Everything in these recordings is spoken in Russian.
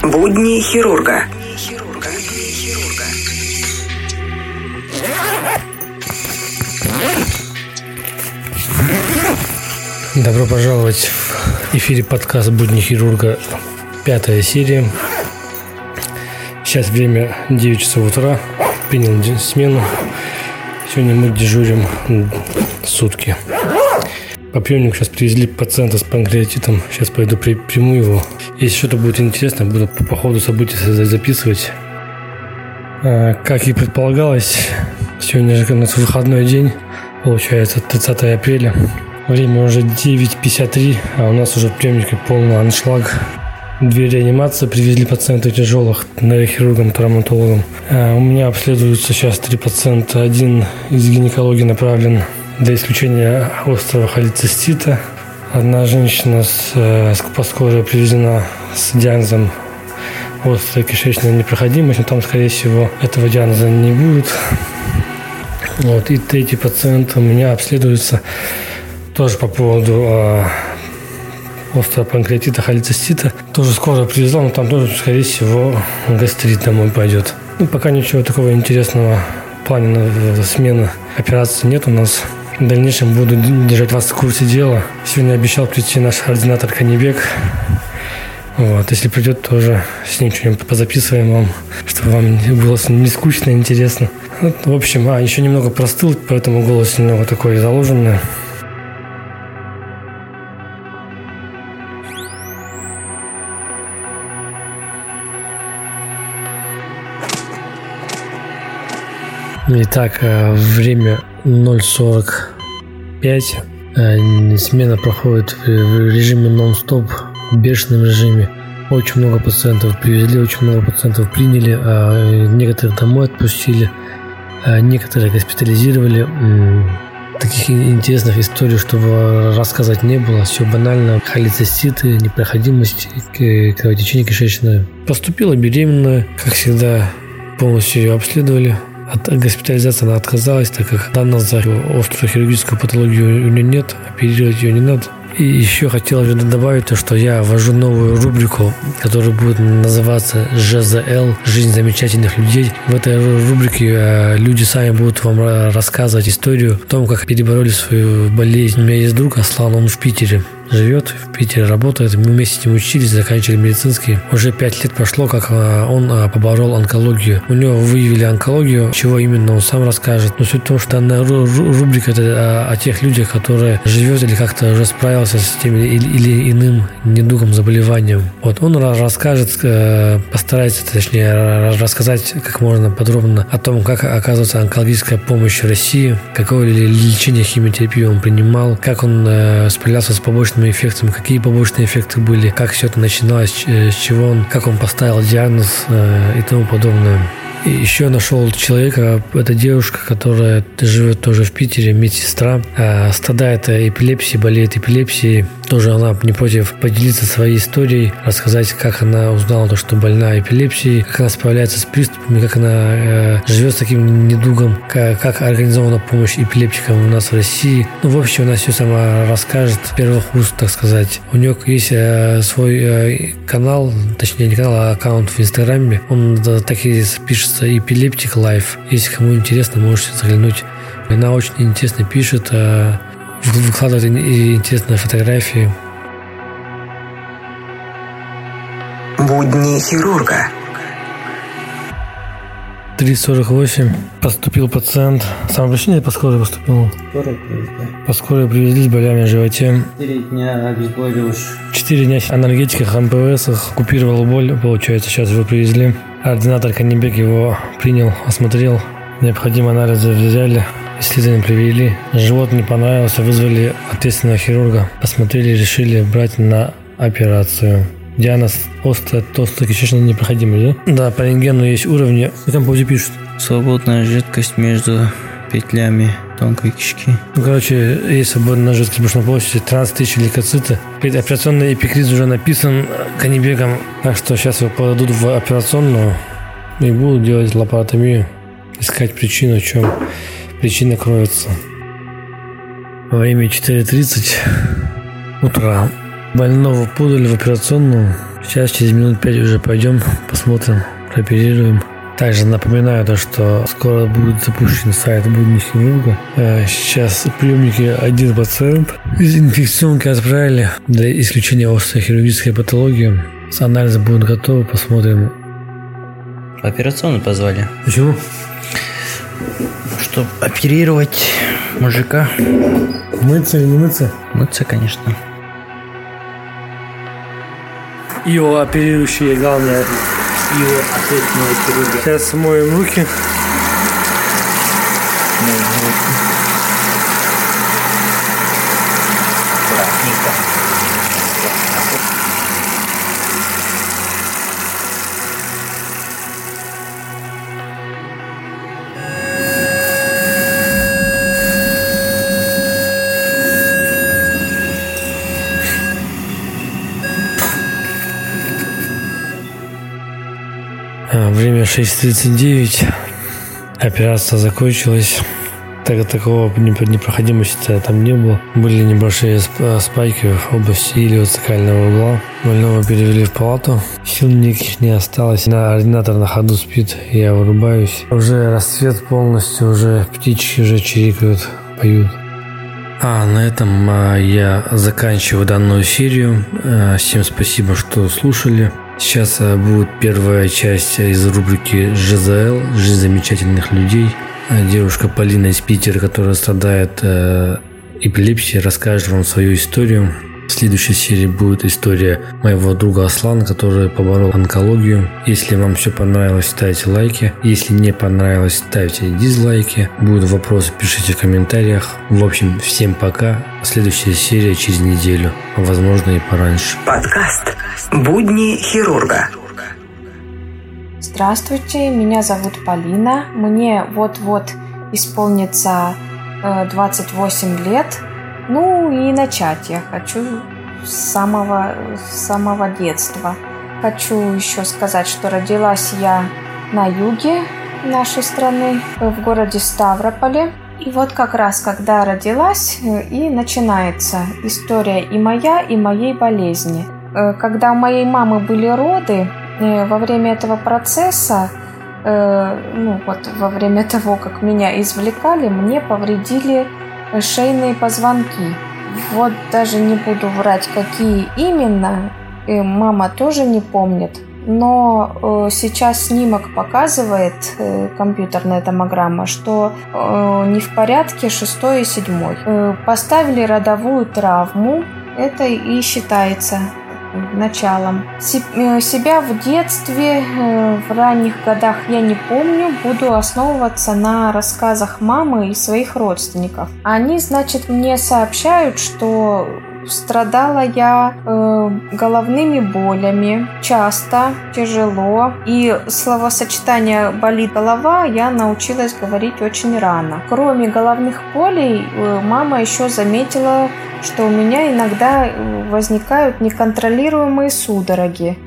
Будни хирурга. Добро пожаловать в эфире подкаст «Будни хирурга», 5-я серия. Сейчас время 9 часов утра. Принял смену. Сегодня мы дежурим сутки. По приемнику сейчас привезли пациента с панкреатитом. Сейчас пойду приму его. Если что-то будет интересно, буду по ходу событий записывать. Как и предполагалось, сегодня же у нас выходной день. Получается 30 апреля. Время уже 9:53, а у нас уже в приемнике полный аншлаг. 2 реанимации, привезли пациентов тяжелых нейрохирургам, травматологам. У меня обследуются сейчас 3 пациента. Один из гинекологии направлен для исключения острого холецистита. Одна женщина по скорой привезена с диагнозом острая кишечная непроходимость, но там, скорее всего, этого диагноза не будет. Вот. И 3-й пациент у меня обследуется тоже по поводу острого панкреатита, холецистита. Тоже скоро привезла, но там тоже, скорее всего, гастрит домой пойдет. Пока ничего такого интересного в плане смены операции нет у нас. В дальнейшем буду держать вас в курсе дела. Сегодня обещал прийти наш ординатор Канибек. Вот. Если придет, тоже с ним что-нибудь позаписываем вам, чтобы вам было не скучно, интересно. Вот, в общем, еще немного простыл, поэтому голос немного такой заложенный. Итак, время 0:45. Смена проходит в режиме нон-стоп, в бешеном режиме. Очень много пациентов привезли, очень много пациентов приняли, некоторых домой отпустили, некоторых госпитализировали. Таких интересных историй, чтобы рассказать, не было. Все банально. Холециститы, непроходимость, кровотечение кишечное. Поступила беременная, как всегда, полностью ее обследовали. От госпитализации она отказалась, так как данных за острую хирургическую патологию у нее нет, оперировать ее не надо. И еще хотелось добавить то, что я ввожу новую рубрику, которая будет называться ЖЗЛ «Жизнь замечательных людей». В этой рубрике люди сами будут вам рассказывать историю о том, как перебороли свою болезнь. У меня есть друг Аслан, он в Питере живет, в Питере работает. Мы вместе с ним учились, заканчивали медицинский. Уже 5 лет прошло, как он поборол онкологию. У него выявили онкологию. Чего именно, он сам расскажет. Но суть в том, что данная рубрика – это о тех людях, которые живет или как-то уже справился с тем или иным недугом, заболеванием. Вот он расскажет, постарается, точнее, рассказать как можно подробно о том, как оказывается онкологическая помощь в России, какое лечение, химиотерапию он принимал, как он справлялся с побочными эффектами, какие побочные эффекты были, как все это начиналось, с чего он, как он поставил диагноз и тому подобное. И еще нашел человека, это девушка, которая живет тоже в Питере, медсестра, страдает эпилепсией, болеет эпилепсией. Тоже она не против поделиться своей историей, рассказать, как она узнала, что больна эпилепсией, как она справляется с приступами, как она живет с таким недугом, как организована помощь эпилептикам у нас в России. В общем, она все сама расскажет с первых уст, так сказать. У нее есть свой канал, точнее не канал, а аккаунт в Инстаграме. Он так и пишется Epileptic Life. Если кому интересно, можете заглянуть. Она очень интересно пишет, выкладывает интересные фотографии. Будни хирурга. 3:48. Поступил пациент. Самообращение по скорой поступил? По скорой привезли с болями в животе. 4 дня обезболиваешь. 4 дня анальгетиках, МПВСах. Купировал боль, получается, сейчас его привезли. Ординатор Канибек его принял, осмотрел. Необходимые анализы взяли, исследования провели. Живот не понравился, вызвали ответственного хирурга. Посмотрели, решили брать на операцию. Диагноз острая кишечная непроходимость, да? Да, по рентгену есть уровни. И там поводе пишут. Свободная жидкость между петлями тонкой кишки. Короче, есть свободная жидкость брюшной полости, 13 тысяч лейкоциты. Операционный эпикриз уже написан Канибеком. Так что сейчас его подадут в операционную и будут делать лапаротомию. Искать причину, в чем причина кроется. Время 4:30 утра. Больного подали в операционную. Сейчас через минут 5 уже пойдем, посмотрим, прооперируем. Также напоминаю то, что скоро будет запущен сайт «Будни хирурга». Сейчас в приемнике один пациент из инфекционки отправили для исключения острой хирургической патологии. Анализы будут готовы, посмотрим. Операционную позвали. Почему? Чтобы оперировать мужика. Мыться или не мыться? Мыться, конечно. Его оперирующие, главное, его ответственного хирурга. Сейчас моем руки. Аккуратненько. Время 6:39. Операция закончилась. Такого непроходимости там не было. Были небольшие спайки в области илиоцекального угла. Больного перевели в палату. Сил никаких не осталось. Ординатор на ходу спит. Я вырубаюсь. Уже рассвет полностью. Уже птички уже чирикают, поют. На этом я заканчиваю данную серию. Всем спасибо, что слушали. Сейчас будет первая часть из рубрики «ЖЗЛ», «Жизнь замечательных людей». Девушка Полина из Питера, которая страдает эпилепсией, расскажет вам свою историю. В следующей серии будет история моего друга Аслана, который поборол онкологию. Если вам все понравилось, ставьте лайки. Если не понравилось, ставьте дизлайки. Будут вопросы, пишите в комментариях. В общем, всем пока. Следующая серия через неделю. Возможно, и пораньше. Подкаст «Будни хирурга». Здравствуйте, меня зовут Полина. Мне вот-вот исполнится 28 лет. Ну и начать я хочу с самого детства. Хочу еще сказать, что родилась я на юге нашей страны, в городе Ставрополе. И вот как раз, когда родилась, и начинается история и моя, и моей болезни. Когда у моей мамы были роды, во время этого процесса, во время того, как меня извлекали, мне повредили шейные позвонки. Вот даже не буду врать, какие именно, мама тоже не помнит. Но сейчас снимок показывает, компьютерная томограмма, что не в порядке 6 и 7. Поставили родовую травму, это и считается началом. Себя в детстве, в ранних годах я не помню, буду основываться на рассказах мамы и своих родственников. Они, значит, мне сообщают, что страдала я головными болями, часто, тяжело. И словосочетание «болит голова» я научилась говорить очень рано. Кроме головных болей, мама еще заметила, что у меня иногда возникают неконтролируемые судороги.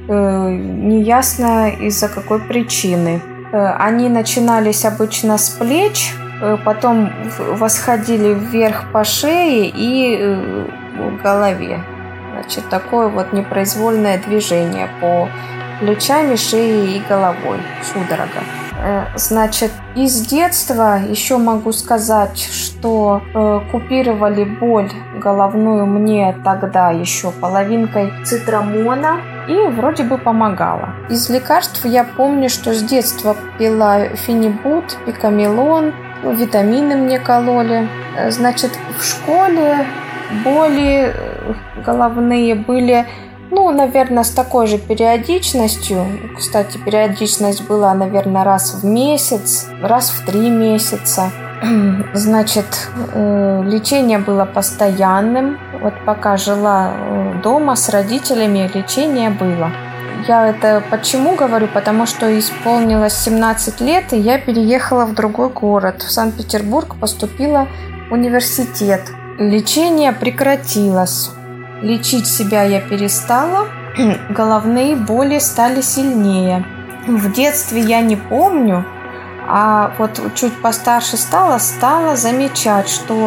Неясно из-за какой причины. Они начинались обычно с плеч, потом восходили вверх по шее и голове. Значит, такое вот непроизвольное движение по плечами, шее и головой. Судорога. Значит, из детства еще могу сказать, что купировали боль головную мне тогда еще половинкой цитрамона и вроде бы помогало. Из лекарств я помню, что с детства пила фенибут, пикамелон, витамины мне кололи. Значит, в школе боли головные были, наверное, с такой же периодичностью. Кстати, периодичность была, наверное, раз в месяц, раз в 3 месяца. Значит, лечение было постоянным. Вот пока жила дома с родителями, лечение было. Я это почему говорю? Потому что исполнилось 17 лет, и я переехала в другой город. В Санкт-Петербург поступила в университет. Лечение прекратилось. Лечить себя я перестала. Головные боли стали сильнее. В детстве я не помню, а вот чуть постарше стала замечать, что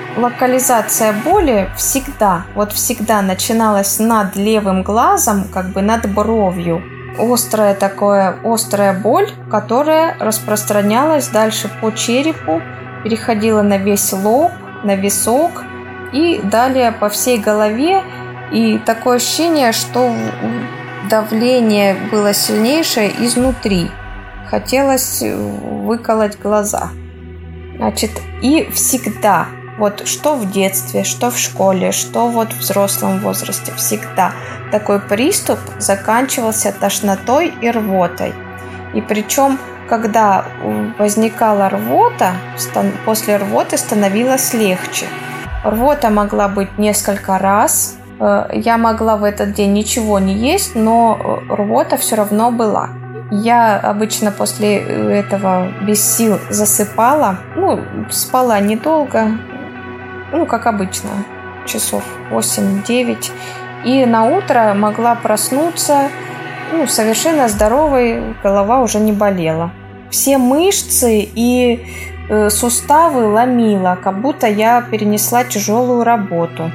локализация боли всегда начиналась над левым глазом, как бы над бровью. Острая боль, которая распространялась дальше по черепу, переходила на весь лоб, на висок и далее по всей голове. И такое ощущение, что давление было сильнейшее изнутри. Хотелось выколоть глаза. Значит, и всегда, вот что в детстве, что в школе, что вот в взрослом возрасте, всегда такой приступ заканчивался тошнотой и рвотой. И причем, когда возникала рвота, после рвоты становилось легче. Рвота могла быть несколько раз. Я могла в этот день ничего не есть, но рвота все равно была. Я обычно после этого без сил засыпала. Спала недолго, как обычно, часов 8-9. И на утро могла проснуться совершенно здоровой, голова уже не болела. Все мышцы и суставы ломило, как будто я перенесла тяжелую работу.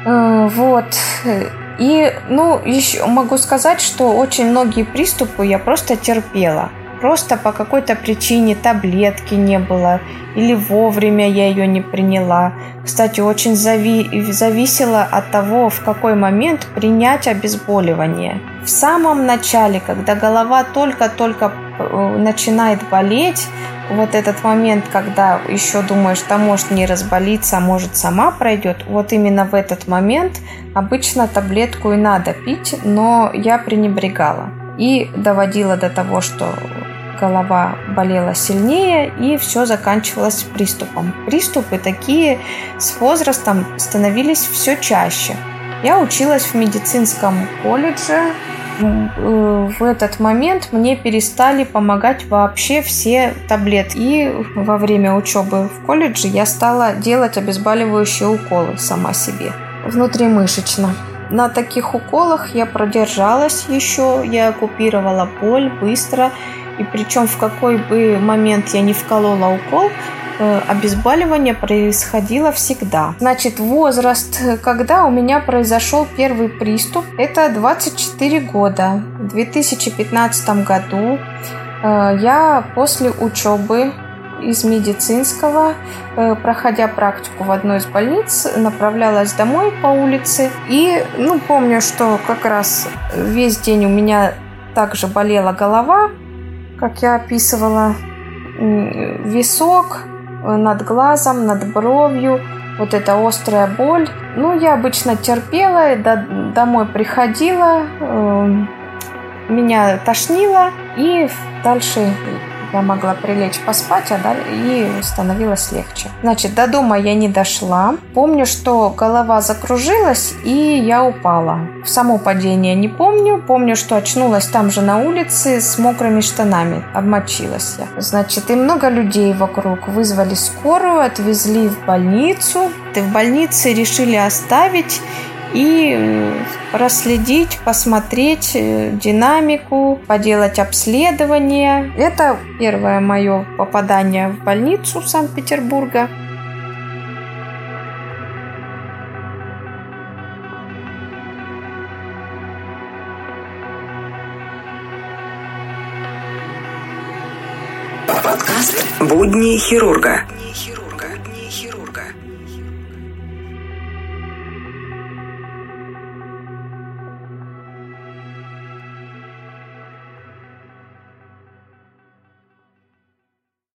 И, еще могу сказать, что очень многие приступы я просто терпела. Просто по какой-то причине таблетки не было или вовремя я ее не приняла. Кстати, очень зависело от того, в какой момент принять обезболивание. В самом начале, когда голова только-только начинает болеть, вот этот момент, когда еще думаешь, да может не разболится, а может сама пройдет, вот именно в этот момент обычно таблетку и надо пить, но я пренебрегала. И доводила до того, что голова болела сильнее, и все заканчивалось приступом. Приступы такие с возрастом становились все чаще. Я училась в медицинском колледже. В этот момент мне перестали помогать вообще все таблетки. И во время учебы в колледже я стала делать обезболивающие уколы сама себе, внутримышечно. На таких уколах я продержалась еще, я купировала боль быстро. И причем в какой бы момент я не вколола укол, обезболивание происходило всегда. Значит, возраст, когда у меня произошел первый приступ, это 24 года. В 2015 году я после учебы из медицинского, проходя практику в одной из больниц, направлялась домой по улице. И помню, что как раз весь день у меня также болела голова, как я описывала, висок, над глазом, над бровью, вот эта острая боль. Я обычно терпела, домой приходила, меня тошнило, и дальше я могла прилечь поспать, и становилось легче. Значит, до дома я не дошла. Помню, что голова закружилась, и я упала. В само падение не помню. Помню, что очнулась там же на улице с мокрыми штанами. Обмочилась я. Значит, и много людей вокруг. Вызвали скорую, отвезли в больницу. В больнице решили оставить и проследить, посмотреть динамику, поделать обследование. Это первое мое попадание в больницу Санкт-Петербурга. Подкаст «Будни хирурга».